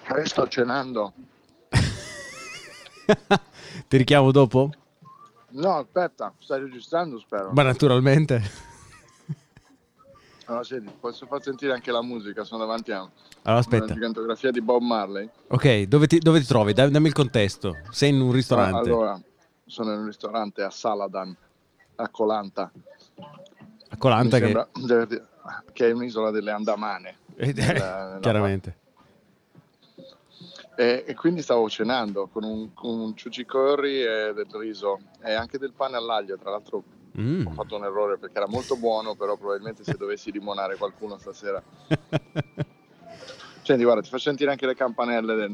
Sto cenando. Ti richiamo dopo? No, aspetta, stai registrando, spero. Ma naturalmente. Allora, senti, posso far sentire anche la musica, sono davanti a Allora, aspetta. una gigantografia di Bob Marley. Ok, dove ti trovi? Dammi il contesto. Sei in un ristorante? Allora, sono in un ristorante a Saladan, a Colanta. A Colanta che è un'isola delle Andamane. Chiaramente. E quindi stavo cenando con un ciuci curry e del riso e anche del pane all'aglio. Tra l'altro ho fatto un errore perché era molto buono, però probabilmente se dovessi limonare qualcuno stasera. Senti, guarda, ti faccio sentire anche le campanelle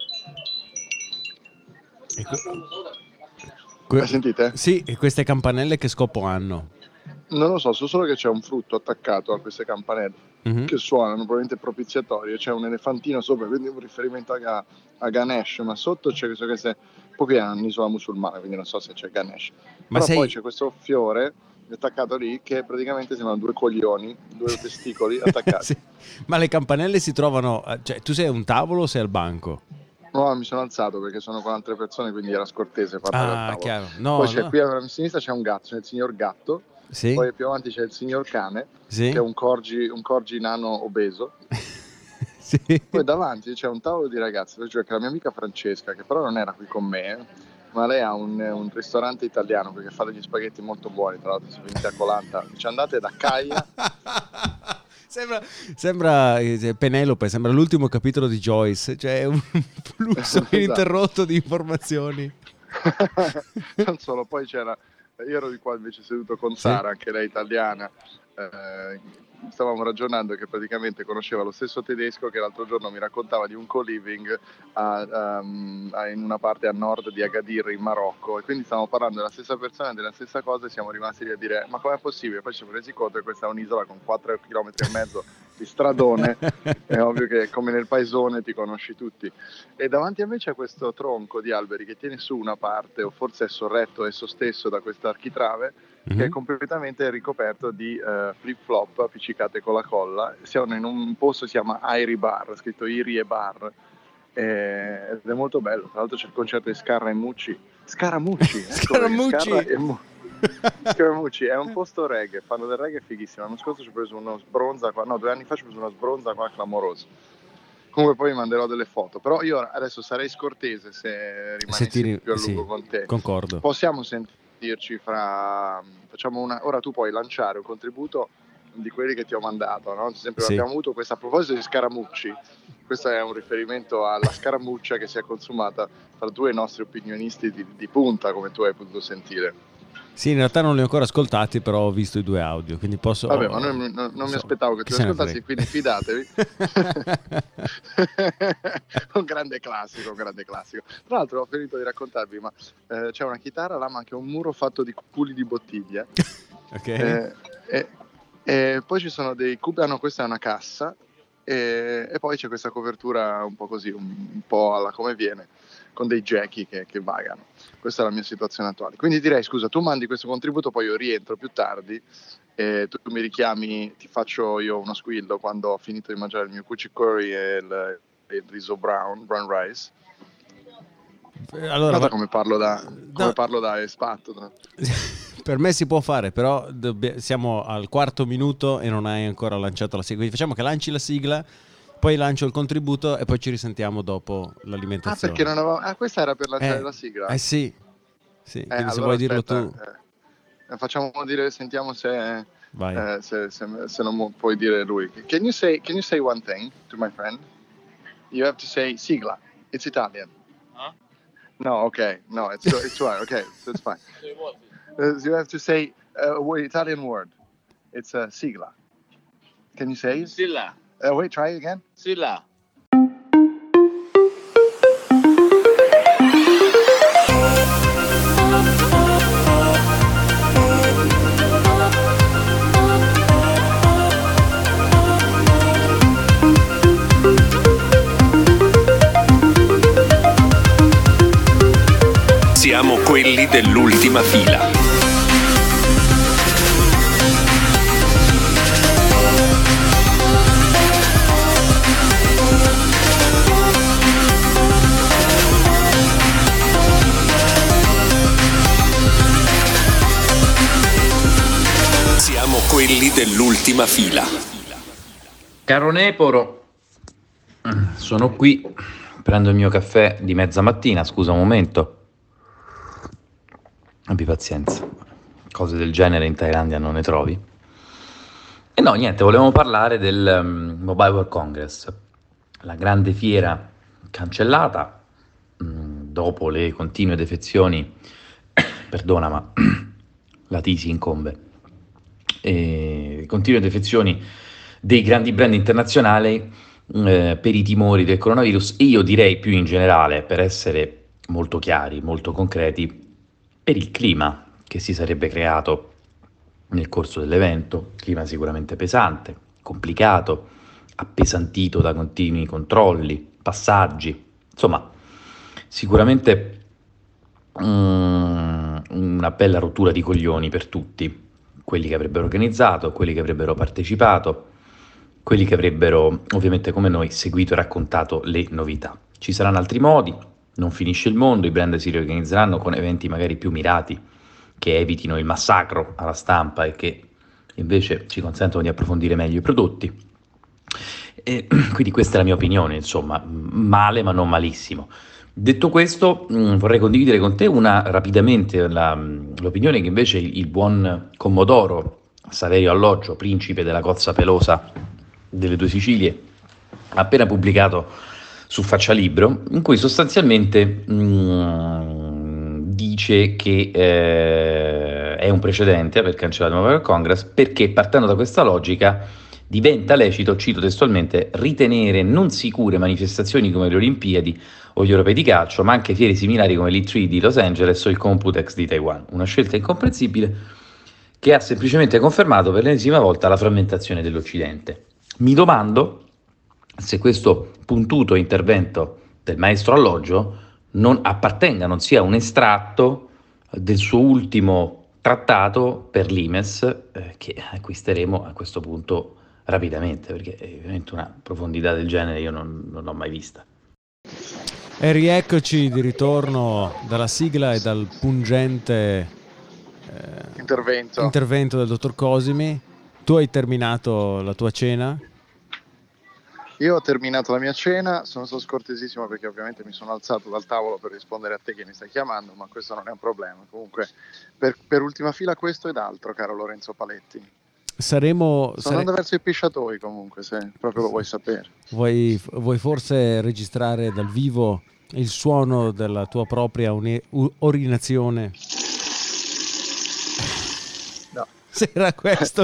sentite? Sì, e queste campanelle che scopo hanno? Non lo so solo che c'è un frutto attaccato a queste campanelle che suonano, probabilmente propiziatorie. C'è un elefantino sopra, quindi un riferimento a Ganesh, ma sotto c'è questo che è poi è un'isola musulmana, quindi non so se c'è Ganesh. Però poi c'è questo fiore attaccato lì che praticamente sembrano due coglioni, due testicoli attaccati. Sì. Ma le campanelle si trovano, cioè tu sei a un tavolo o sei al banco? No, mi sono alzato perché sono con altre persone, quindi era scortese parlare al tavolo. Chiaro. No, poi c'è qui a sinistra c'è un gatto, c'è il signor gatto. Sì. Poi più avanti c'è il signor cane, sì. che è un corgi nano obeso. Sì. Poi davanti c'è un tavolo di ragazzi, cioè che la mia amica Francesca, che però non era qui con me, ma lei ha un ristorante italiano perché fa degli spaghetti molto buoni. Tra l'altro, se venite a Colanta, ci andate da Caia. Sembra Penelope, sembra l'ultimo capitolo di Joyce, cioè un flusso ininterrotto di informazioni. Non solo, poi c'era. Io ero di qua invece seduto con Sara, anche lei italiana. Stavamo ragionando che praticamente conosceva lo stesso tedesco che l'altro giorno mi raccontava di un co-living in una parte a nord di Agadir in Marocco, e quindi stavamo parlando della stessa persona, della stessa cosa, e siamo rimasti lì a dire ma com'è possibile? Poi ci siamo resi conto che questa è un'isola con 4,5 km di stradone, è ovvio che come nel paesone ti conosci tutti. E davanti a me c'è questo tronco di alberi che tiene su una parte, o forse è sorretto esso stesso da questa architrave, che è completamente ricoperto di flip-flop appiccicate con la colla. Siamo in un posto che si chiama Airi Bar, scritto Iri e Bar, ed è molto bello. Tra l'altro c'è il concerto di Scaramucci. Scaramucci è un posto reggae, fanno del reggae fighissimo. L'anno scorso ci ho preso uno sbronza qua, no, 2 anni fa ci ho preso uno sbronza qua clamoroso. Comunque poi vi manderò delle foto, però io adesso sarei scortese se rimanessi più a lungo con te. Concordo. Possiamo sentirci ora tu puoi lanciare un contributo di quelli che ti ho mandato, no? Sempre abbiamo avuto a proposito di Scaramucci, questo è un riferimento alla scaramuccia che si è consumata tra 2 nostri opinionisti di punta, come tu hai potuto sentire. Sì, in realtà non li ho ancora ascoltati, però ho visto i 2 audio, quindi posso... Vabbè, ma non mi aspettavo che tu li ascoltassi, quindi fidatevi. Un grande classico. Tra l'altro ho finito di raccontarvi, ma c'è una chitarra là, ma anche un muro fatto di culi di bottiglia. Ok. E poi ci sono dei cubi, questa è una cassa, e poi c'è questa copertura un po' così, un po' alla come viene, con dei jackie che vagano. Questa è la mia situazione attuale. Quindi direi, scusa, tu mandi questo contributo, poi io rientro più tardi e tu mi richiami, ti faccio io uno squillo quando ho finito di mangiare il mio cuci curry e il riso brown rice. Allora, come parlo da espatto. Per me si può fare, però siamo al 4º minuto e non hai ancora lanciato la sigla. Quindi facciamo che lanci la sigla, poi lancio il contributo e poi ci risentiamo dopo l'alimentazione. Perché non avevo... questa era per lanciare la sigla? Sì. Quindi allora, se vuoi dirlo tu. Facciamo dire, sentiamo se Vai. Se non puoi dire lui. Can you say one thing to my friend? You have to say sigla. It's Italian. Huh? No, okay. No, it's right. Okay, that's fine. Say what? You have to say Italian word. It's sigla. Can you say it? Silla. Wait, try it again. Silla. Siamo quelli dell'ultima fila. dell'ultima fila. Caro Neporo, sono qui, prendo il mio caffè di mezza mattina, scusa un momento. Abbi pazienza, cose del genere in Thailandia non ne trovi. E no, niente, volevamo parlare del Mobile World Congress, la grande fiera cancellata dopo le continue defezioni, perdona ma la tisi incombe, continue defezioni dei grandi brand internazionali per i timori del coronavirus, e io direi più in generale, per essere molto chiari, molto concreti, per il clima che si sarebbe creato nel corso dell'evento, clima sicuramente pesante, complicato, appesantito da continui controlli, passaggi, insomma, sicuramente una bella rottura di coglioni per tutti, quelli che avrebbero organizzato, quelli che avrebbero partecipato, quelli che avrebbero ovviamente come noi seguito e raccontato le novità. Ci saranno altri modi, non finisce il mondo, i brand si riorganizzeranno con eventi magari più mirati, che evitino il massacro alla stampa e che invece ci consentono di approfondire meglio i prodotti. E quindi questa è la mia opinione, insomma, male ma non malissimo. Detto questo, vorrei condividere con te rapidamente l'opinione che invece il buon Commodoro Saverio Alloggio, principe della cozza pelosa delle due Sicilie, ha appena pubblicato su Faccia Libro, in cui sostanzialmente dice che è un precedente aver cancellato il Mobile Congress, perché partendo da questa logica diventa lecito, cito testualmente, ritenere non sicure manifestazioni come le Olimpiadi o gli Europei di calcio, ma anche fiere similari come l'E3 di Los Angeles o il Computex di Taiwan. Una scelta incomprensibile che ha semplicemente confermato per l'ennesima volta la frammentazione dell'Occidente. Mi domando se questo puntuto intervento del maestro Alloggio non sia un estratto del suo ultimo trattato per l'Imes, che acquisteremo a questo punto rapidamente, perché è ovviamente una profondità del genere io non l'ho mai vista. E rieccoci di ritorno dalla sigla e dal pungente intervento del dottor Cosimi. Tu hai terminato la tua cena? Io ho terminato la mia cena, sono stato scortesissimo perché ovviamente mi sono alzato dal tavolo per rispondere a te che mi stai chiamando, ma questo non è un problema. Comunque per ultima fila questo ed altro, caro Lorenzo Paletti. Sono andando verso i pisciatoi comunque, se proprio lo vuoi sapere. Vuoi forse registrare dal vivo il suono della tua propria orinazione? No. Se era questo,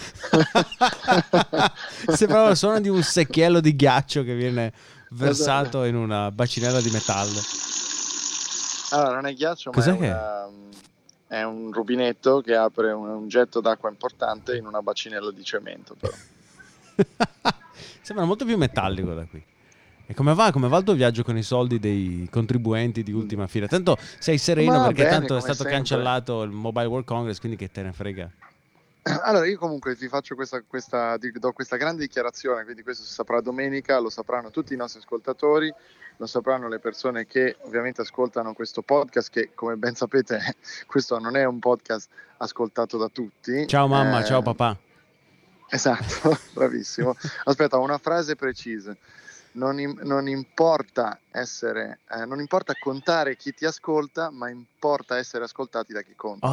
sembrava il suono di un secchiello di ghiaccio che viene versato in una bacinella di metallo. Allora, non è ghiaccio, cos'è ma è un rubinetto che apre un getto d'acqua importante in una bacinella di cemento, però. Sembra molto più metallico da qui. E come va il tuo viaggio con i soldi dei contribuenti di ultima fila? Tanto sei sereno perché tanto è stato sempre cancellato il Mobile World Congress, quindi che te ne frega. Allora io comunque ti faccio do questa grande dichiarazione, quindi questo si saprà domenica, lo sapranno tutti i nostri ascoltatori, lo sapranno le persone che ovviamente ascoltano questo podcast, che come ben sapete questo non è un podcast ascoltato da tutti. Ciao mamma, ciao papà. Esatto, bravissimo. Aspetta, una frase precisa. Non importa non importa contare chi ti ascolta, ma importa essere ascoltati da chi conta.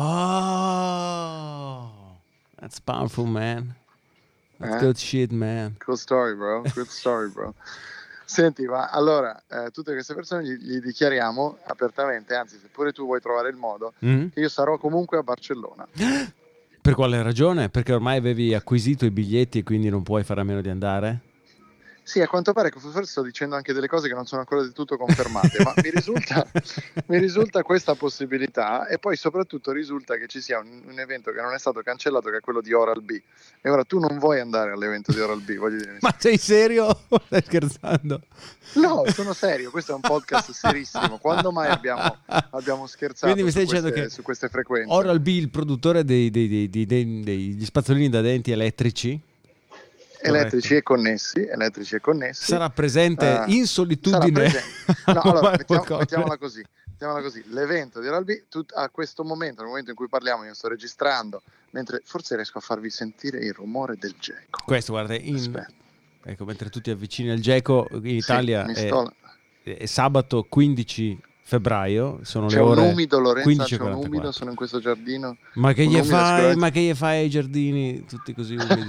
Oh, that's powerful, man. That's good shit, man. Good story, bro. Good story, bro. Senti, ma allora, tutte queste persone gli dichiariamo apertamente, anzi, se pure tu vuoi trovare il modo, che io sarò comunque a Barcellona. Per quale ragione? Perché ormai avevi acquisito i biglietti e quindi non puoi fare a meno di andare? Sì, a quanto pare forse sto dicendo anche delle cose che non sono ancora del tutto confermate, ma mi risulta questa possibilità, e poi soprattutto risulta che ci sia un evento che non è stato cancellato, che è quello di Oral-B. E ora tu non vuoi andare all'evento di Oral-B, voglio dire. Ma sei serio? Stai scherzando? No, sono serio, questo è un podcast serissimo. Quando mai abbiamo scherzato? Quindi mi stai dicendo che su queste frequenze? Oral-B, il produttore degli spazzolini da denti elettrici, elettrici e connessi, sarà presente in solitudine. No, allora mettiamola così: mettiamola così, l'evento di Oral B, a questo momento, nel momento in cui parliamo, io sto registrando, mentre forse riesco a farvi sentire il rumore del geco. Questo, guarda, ecco, mentre tu ti avvicini al geco, in Italia è sabato 15 febbraio, sono c'è le ore un umido, Lorenzo, c'è 15:44. un umido, sono in questo giardino. Ma che gli fai? Ma che gli fai ai giardini tutti così umidi?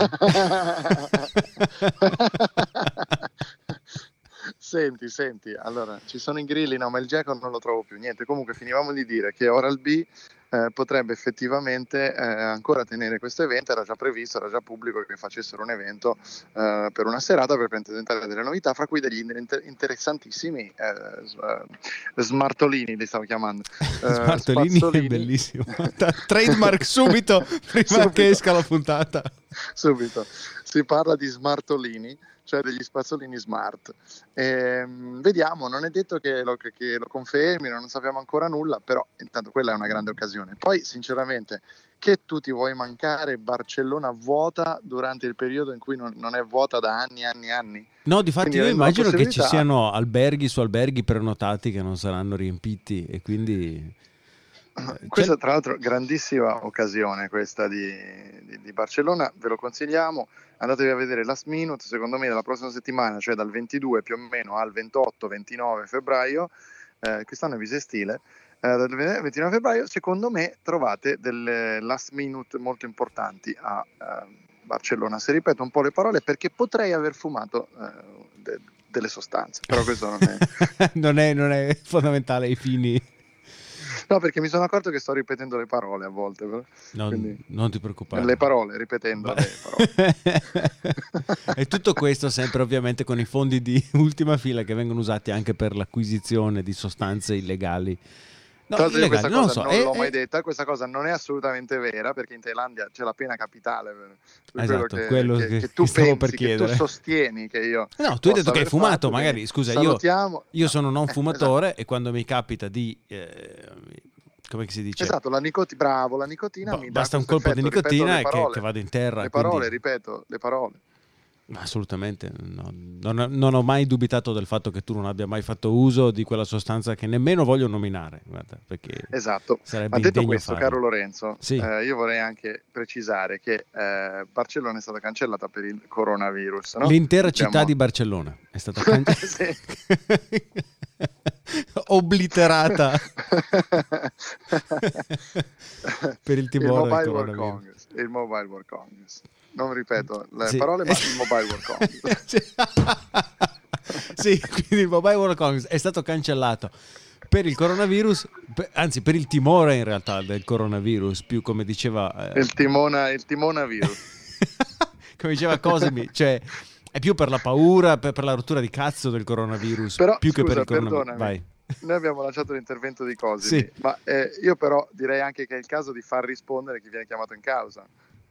Senti, allora, ci sono i grilli, no, ma il geco non lo trovo più. Niente, comunque finivamo di dire che Oral B potrebbe effettivamente ancora tenere questo evento, era già previsto, era già pubblico che facessero un evento per una serata per presentare delle novità, fra cui degli interessantissimi smartolini, li stavo chiamando. Smartolini è bellissimo. Trademark subito, prima che esca la puntata. Subito. Si parla di smartolini, cioè degli spazzolini smart. Vediamo, non è detto che lo confermino, non sappiamo ancora nulla, però intanto quella è una grande occasione. Poi sinceramente, che tu ti vuoi mancare Barcellona vuota durante il periodo in cui non è vuota da anni? No, difatti Quindi io immagino che ci siano alberghi su alberghi prenotati che non saranno riempiti e quindi... Questa tra l'altro grandissima occasione questa di Barcellona, ve lo consigliamo, andatevi a vedere Last Minute, secondo me dalla prossima settimana, cioè dal 22 più o meno al 28-29 febbraio, quest'anno è bisestile, dal 29 febbraio secondo me trovate delle Last Minute molto importanti a Barcellona. Se ripeto un po' le parole perché potrei aver fumato delle sostanze, però questo non è... non è fondamentale ai fini... No, perché mi sono accorto che sto ripetendo le parole a volte. Non ti preoccupare. Le parole, ripetendo le parole. E tutto questo sempre ovviamente con i fondi di ultima fila che vengono usati anche per l'acquisizione di sostanze illegali. No, tra l'altro questa cosa non l'ho mai detta, questa cosa non è assolutamente vera, perché in Thailandia c'è la pena capitale per esatto, quello che tu stavo pensi, per chiedere. che tu sostieni che io... No, tu hai detto che hai fumato, magari, scusa, io sono non fumatore esatto. E quando mi capita di... come si dice? Esatto, la nicotina mi basta dà un colpo di nicotina parole, che vado in terra. Le parole, quindi... ripeto, le parole. Assolutamente, non ho mai dubitato del fatto che tu non abbia mai fatto uso di quella sostanza che nemmeno voglio nominare, guarda, perché esatto. sarebbe Ma detto indegno questo, farlo. caro Lorenzo, sì. Io vorrei anche precisare che Barcellona è stata cancellata per il coronavirus, no? L'intera città di Barcellona è stata cancellata. Obliterata per il timore del coronavirus. Il Mobile World Congress. Non ripeto le parole, ma il Mobile World Congress. Sì, quindi il Mobile World Congress è stato cancellato per il coronavirus, anzi per il timore in realtà del coronavirus, più come diceva... il timonavirus. Come diceva Cosimi, cioè... È più per la paura, per la rottura di cazzo del coronavirus, però, più scusa, che per il coronavirus. Vai. Noi abbiamo lanciato l'intervento di Cosimi, sì. Ma io però direi anche che è il caso di far rispondere chi viene chiamato in causa.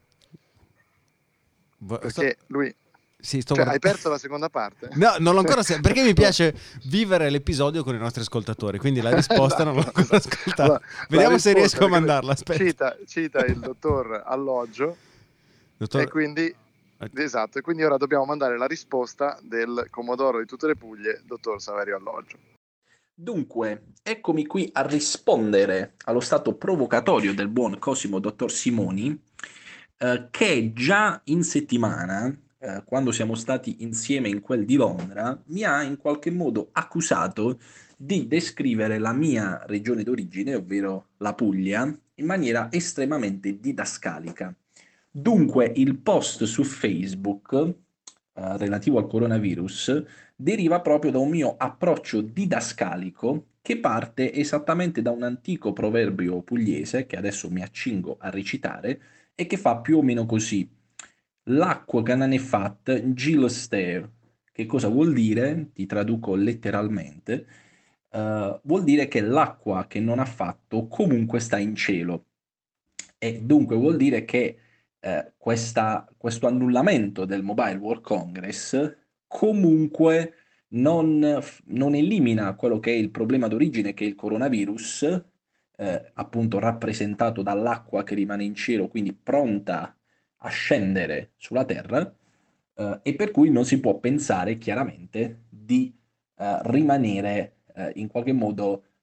Perché lui... Sì, hai perso la seconda parte? No, non l'ho ancora perché mi piace vivere l'episodio con i nostri ascoltatori, quindi la risposta non l'ho ancora ascoltata. Allora, vediamo se riesco a mandarla. Cita il dottor Alloggio e quindi... Esatto, e quindi ora dobbiamo mandare la risposta del Comodoro di tutte le Puglie, dottor Saverio Alloggio. Dunque, eccomi qui a rispondere allo stato provocatorio del buon Cosimo dottor Simoni, che già in settimana, quando siamo stati insieme in quel di Londra, mi ha in qualche modo accusato di descrivere la mia regione d'origine, ovvero la Puglia, in maniera estremamente didascalica. Dunque il post su Facebook relativo al coronavirus deriva proprio da un mio approccio didascalico che parte esattamente da un antico proverbio pugliese che adesso mi accingo a recitare e che fa più o meno così: l'acqua che non è fatta gilo stare. Che cosa vuol dire? Ti traduco letteralmente. Vuol dire che l'acqua che non ha fatto comunque sta in cielo, e dunque vuol dire che questo annullamento del Mobile World Congress comunque non elimina quello che è il problema d'origine, che è il coronavirus, appunto rappresentato dall'acqua che rimane in cielo, quindi pronta a scendere sulla Terra, e per cui non si può pensare chiaramente di rimanere in qualche modo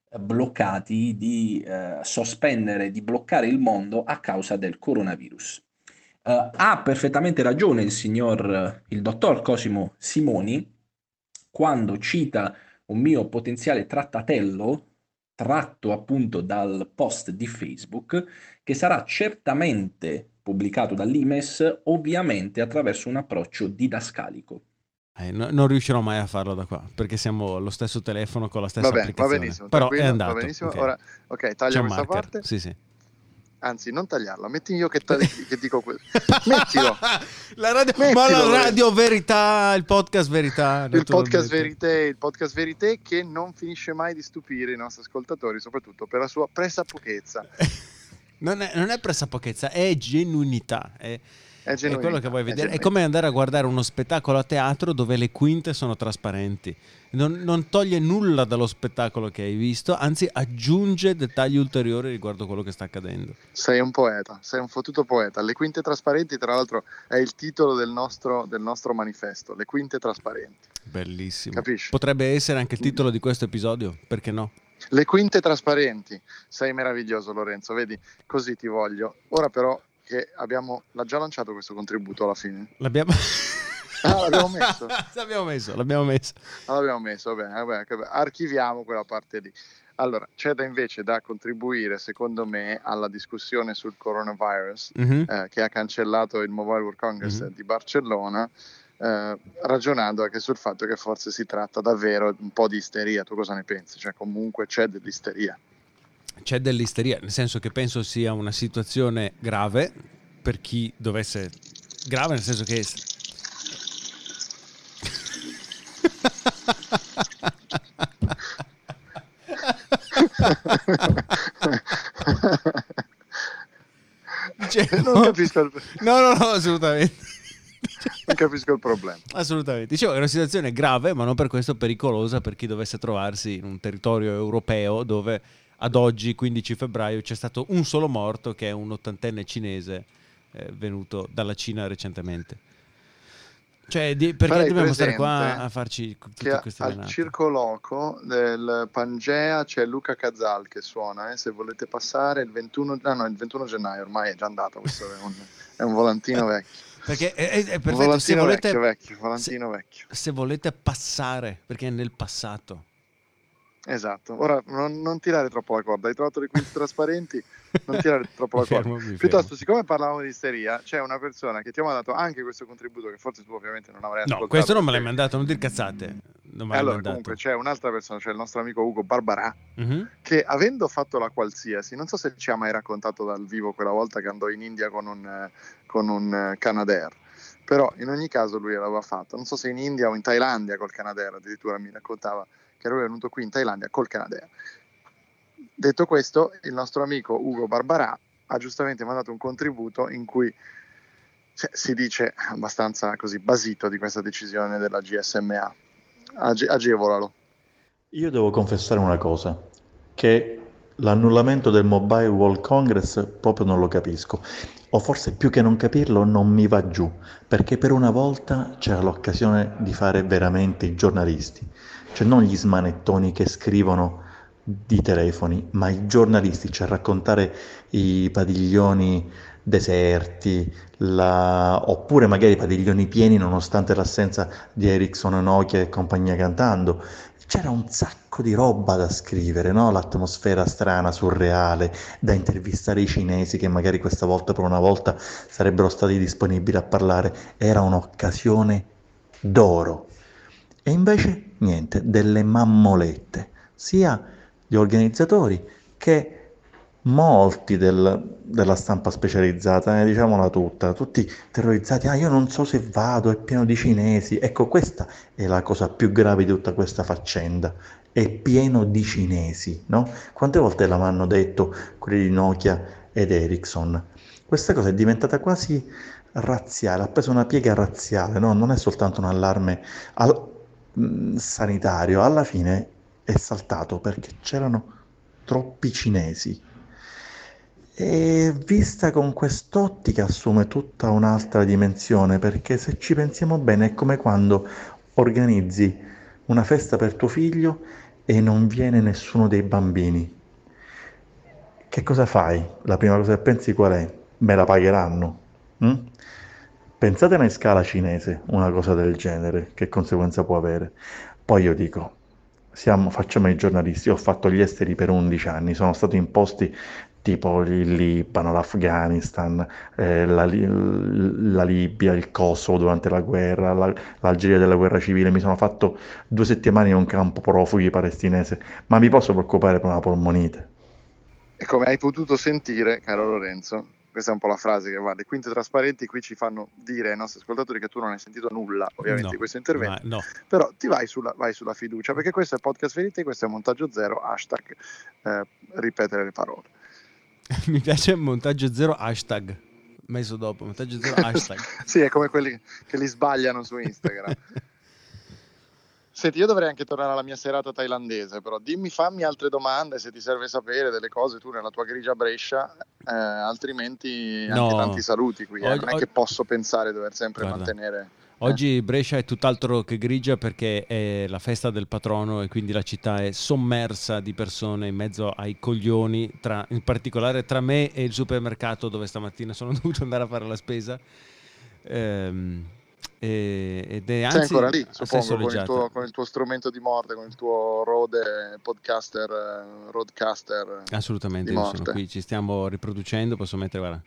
bloccati, di sospendere, di bloccare il mondo a causa del coronavirus. Ha perfettamente ragione il dottor Cosimo Simoni quando cita un mio potenziale trattatello tratto appunto dal post di Facebook che sarà certamente pubblicato dall'Imes, ovviamente attraverso un approccio didascalico. Non riuscirò mai a farlo da qua perché siamo allo stesso telefono con la stessa Va applicazione. benissimo, Però è tranquillo, andato. va benissimo. Okay. Ora, ok, taglia C'è un questa marker. parte. Sì. Anzi, non tagliarla, metti io che dico questo. Mettilo. Ma la radio verità, il podcast verità. Il podcast verité che non finisce mai di stupire i nostri ascoltatori, soprattutto per la sua pressapochezza. Non è pressapochezza, è genuinità. È quello che vuoi vedere. È come andare a guardare uno spettacolo a teatro dove le quinte sono trasparenti. Non toglie nulla dallo spettacolo che hai visto, anzi aggiunge dettagli ulteriori riguardo quello che sta accadendo. Sei un poeta, sei un fottuto poeta. Le quinte trasparenti, tra l'altro, è il titolo del nostro manifesto. Le quinte trasparenti. Bellissimo. Capisci? Potrebbe essere anche il titolo di questo episodio, perché no? Le quinte trasparenti. Sei meraviglioso, Lorenzo, vedi? Così ti voglio. Ora però che l'ha già lanciato questo contributo alla fine. L'abbiamo messo. L'abbiamo messo, vabbè, archiviamo quella parte lì. Allora, c'è invece da contribuire, secondo me, alla discussione sul coronavirus, che ha cancellato il Mobile World Congress di Barcellona, ragionando anche sul fatto che forse si tratta davvero un po' di isteria. Tu cosa ne pensi? Cioè, comunque c'è dell'isteria. C'è dell'isteria, nel senso che penso sia una situazione grave per chi dovesse... Grave nel senso che... Non capisco No, assolutamente. Non capisco il problema. Assolutamente. Dicevo, è una situazione grave, ma non per questo pericolosa per chi dovesse trovarsi in un territorio europeo dove ad oggi, 15 febbraio, c'è stato un solo morto, che è un 80enne cinese venuto dalla Cina recentemente. Cioè, perché dobbiamo stare qua a farci tutte queste al Circo Loco del Pangea c'è Luca Casal che suona, se volete passare il 21 gennaio, ormai è già andato, questo è un volantino vecchio. Perché è perfetto, volantino volantino vecchio. Se volete passare, perché è nel passato. Esatto, ora non tirare troppo la corda, hai trovato le quinte trasparenti, non tirare troppo la corda. Piuttosto, siccome parlavamo di isteria, c'è una persona che ti ha mandato anche questo contributo, che forse tu ovviamente non avrai ascoltato. No, questo non me l'hai mandato, non dir cazzate. Allora, comunque c'è un'altra persona, c'è il nostro amico Ugo Barbarà, che avendo fatto la qualsiasi, non so se ci ha mai raccontato dal vivo quella volta che andò in India con un Canadair, però in ogni caso lui l'aveva fatto, non so se in India o in Thailandia col Canadair, addirittura mi raccontava che lui è venuto qui in Thailandia col Canadair. Detto questo, il nostro amico Ugo Barbarà ha giustamente mandato un contributo in cui si dice abbastanza così basito di questa decisione della GSMA. Agevolalo. Io devo confessare una cosa, che l'annullamento del Mobile World Congress proprio non lo capisco, o forse più che non capirlo non mi va giù, perché per una volta c'era l'occasione di fare veramente i giornalisti, cioè non gli smanettoni che scrivono di telefoni, ma i giornalisti, cioè raccontare i padiglioni deserti, oppure magari i padiglioni pieni nonostante l'assenza di Ericsson, Nokia e compagnia cantando. C'era un sacco di roba da scrivere, no? L'atmosfera strana, surreale, da intervistare i cinesi che magari questa volta per una volta sarebbero stati disponibili a parlare. Era un'occasione d'oro. E invece niente, delle mammolette, sia gli organizzatori che molti della stampa specializzata, diciamola tutta, tutti terrorizzati, io non so se vado, è pieno di cinesi. Ecco, questa è la cosa più grave di tutta questa faccenda, è pieno di cinesi, no? Quante volte l'hanno detto quelli di Nokia ed Ericsson? Questa cosa è diventata quasi razziale, ha preso una piega razziale, no? Non è soltanto un allarme sanitario, alla fine è saltato perché c'erano troppi cinesi. E vista con quest'ottica assume tutta un'altra dimensione, perché se ci pensiamo bene è come quando organizzi una festa per tuo figlio e non viene nessuno dei bambini. Che cosa fai? La prima cosa che pensi qual è? Me la pagheranno? Pensate in scala cinese una cosa del genere, che conseguenza può avere? Poi io dico, facciamo i giornalisti, ho fatto gli esteri per 11 anni, sono stato in posti tipo il Libano, l'Afghanistan, la Libia, il Kosovo durante la guerra, l'Algeria della guerra civile, mi sono fatto 2 settimane in un campo profughi palestinese, ma mi posso preoccupare per una polmonite? E come hai potuto sentire, caro Lorenzo, questa è un po' la frase che va, le quinte trasparenti qui ci fanno dire ai nostri ascoltatori che tu non hai sentito nulla, ovviamente, di questo intervento, no. Però ti vai sulla fiducia, perché questo è Podcast Verite, questo è Montaggio Zero, hashtag ripetere le parole. Mi piace Montaggio Zero, hashtag, messo dopo, Montaggio Zero, hashtag. Sì, è come quelli che li sbagliano su Instagram. Senti, io dovrei anche tornare alla mia serata thailandese, però fammi altre domande se ti serve sapere delle cose tu nella tua grigia Brescia, altrimenti anche tanti saluti qui, non è che posso pensare di dover sempre mantenere... Oggi Brescia è tutt'altro che grigia perché è la festa del patrono e quindi la città è sommersa di persone in mezzo ai coglioni, in particolare tra me e il supermercato dove stamattina sono dovuto andare a fare la spesa. Ed è anzi sei ancora lì, suppongo, con il tuo strumento di morte, con il tuo Rode Rodecaster. Assolutamente, io sono qui, ci stiamo riproducendo. Posso mettere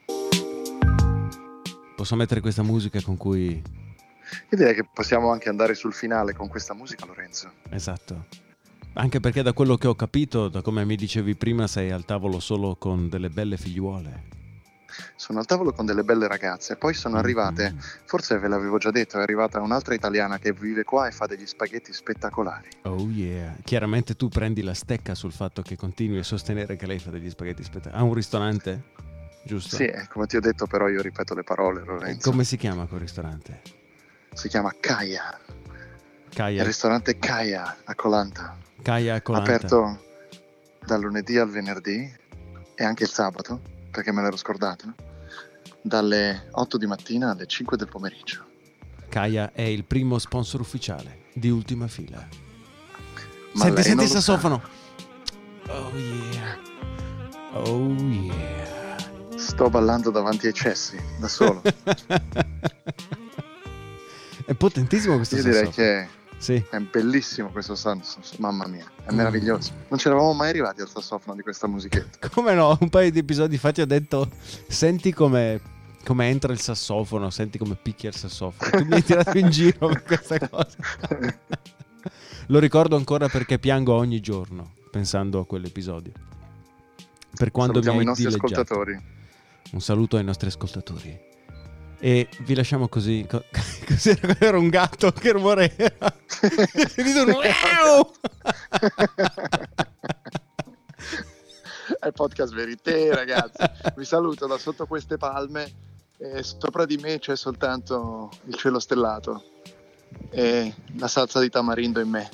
questa musica con cui... Io direi che possiamo anche andare sul finale con questa musica, Lorenzo. Esatto, anche perché da quello che ho capito, da come mi dicevi prima, sei al tavolo solo con delle belle figliuole. Sono al tavolo con delle belle ragazze, poi sono arrivate, forse ve l'avevo già detto, è arrivata un'altra italiana che vive qua e fa degli spaghetti spettacolari. Oh yeah, chiaramente tu prendi la stecca sul fatto che continui a sostenere che lei fa degli spaghetti spettacolari. Ha un ristorante, giusto? Sì, come ti ho detto, però io ripeto le parole, Lorenzo. Come si chiama quel ristorante? Si chiama Kaya. Il ristorante Kaya a Colanta. Kaya a Colanta. Aperto dal lunedì al venerdì e anche il sabato, perché me l'ero scordato, dalle 8 di mattina alle 5 del pomeriggio. Kaya è il primo sponsor ufficiale di Ultima Fila. Senti il sassofono. Oh yeah. Oh yeah. Sto ballando davanti ai cessi, da solo. È potentissimo questo sassofono. Io direi che sì. È bellissimo questo sassofono, mamma mia, è meraviglioso. Non ci eravamo mai arrivati al sassofono di questa musichetta. Come no, un paio di episodi fa ti ho detto, senti come entra il sassofono, senti come picchia il sassofono. Tu mi hai tirato in giro per questa cosa. Lo ricordo ancora perché piango ogni giorno pensando a quell'episodio. Per quando salutiamo mi hai i nostri dileggiato. ascoltatori. Un saluto ai nostri ascoltatori. E vi lasciamo così. Così era un gatto, che rumore era? È il Podcast Verité, ragazzi. Vi saluto da sotto queste palme e sopra di me c'è soltanto il cielo stellato e la salsa di tamarindo in me.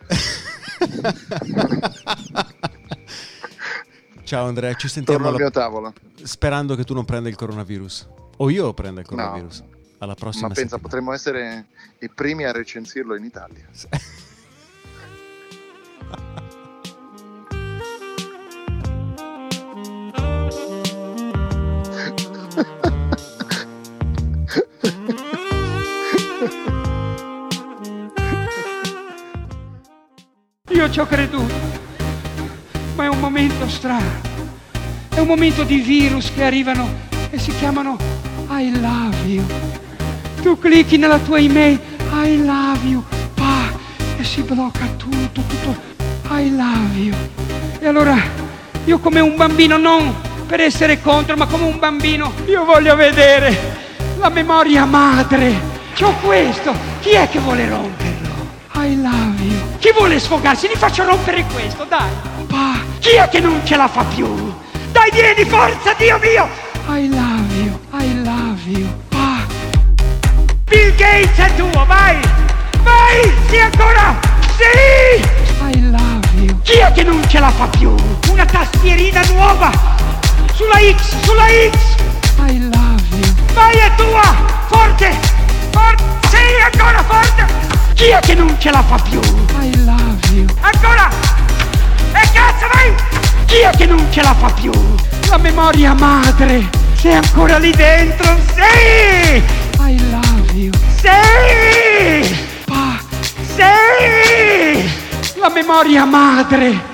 Ciao Andrea, ci sentiamo torno al mio tavolo, sperando che tu non prenda il coronavirus o io prenda il coronavirus. No. Alla prossima ma pensa, settimana. potremmo essere i primi a recensirlo in Italia. Io ci ho creduto, ma è un momento strano, è un momento di virus che arrivano e si chiamano I love you. Tu clicchi nella tua email I love you, e si blocca tutto I love you. E allora io, come un bambino, non per essere contro, ma come un bambino, io voglio vedere la memoria madre. C'ho questo, chi è che vuole romperlo? I love you. Chi vuole sfogarsi? Gli faccio rompere questo, dai. Chi è che non ce la fa più? Dai, dire di forza, Dio mio. I love you, I love you. Bill Gates è tuo, vai! Vai! Sì, ancora! Sì! I love you. Chi è che non ce la fa più? Una tastierina nuova! Sulla X, sulla X! I love you. Vai, è tua! Forte! Forte! Sì, ancora forte! Chi è che non ce la fa più? I love love you. Ancora! E cazzo vai! Chi è che non ce la fa più? La memoria madre! Sei ancora lì dentro? Sì! I love you. Sì! Sì! La memoria madre!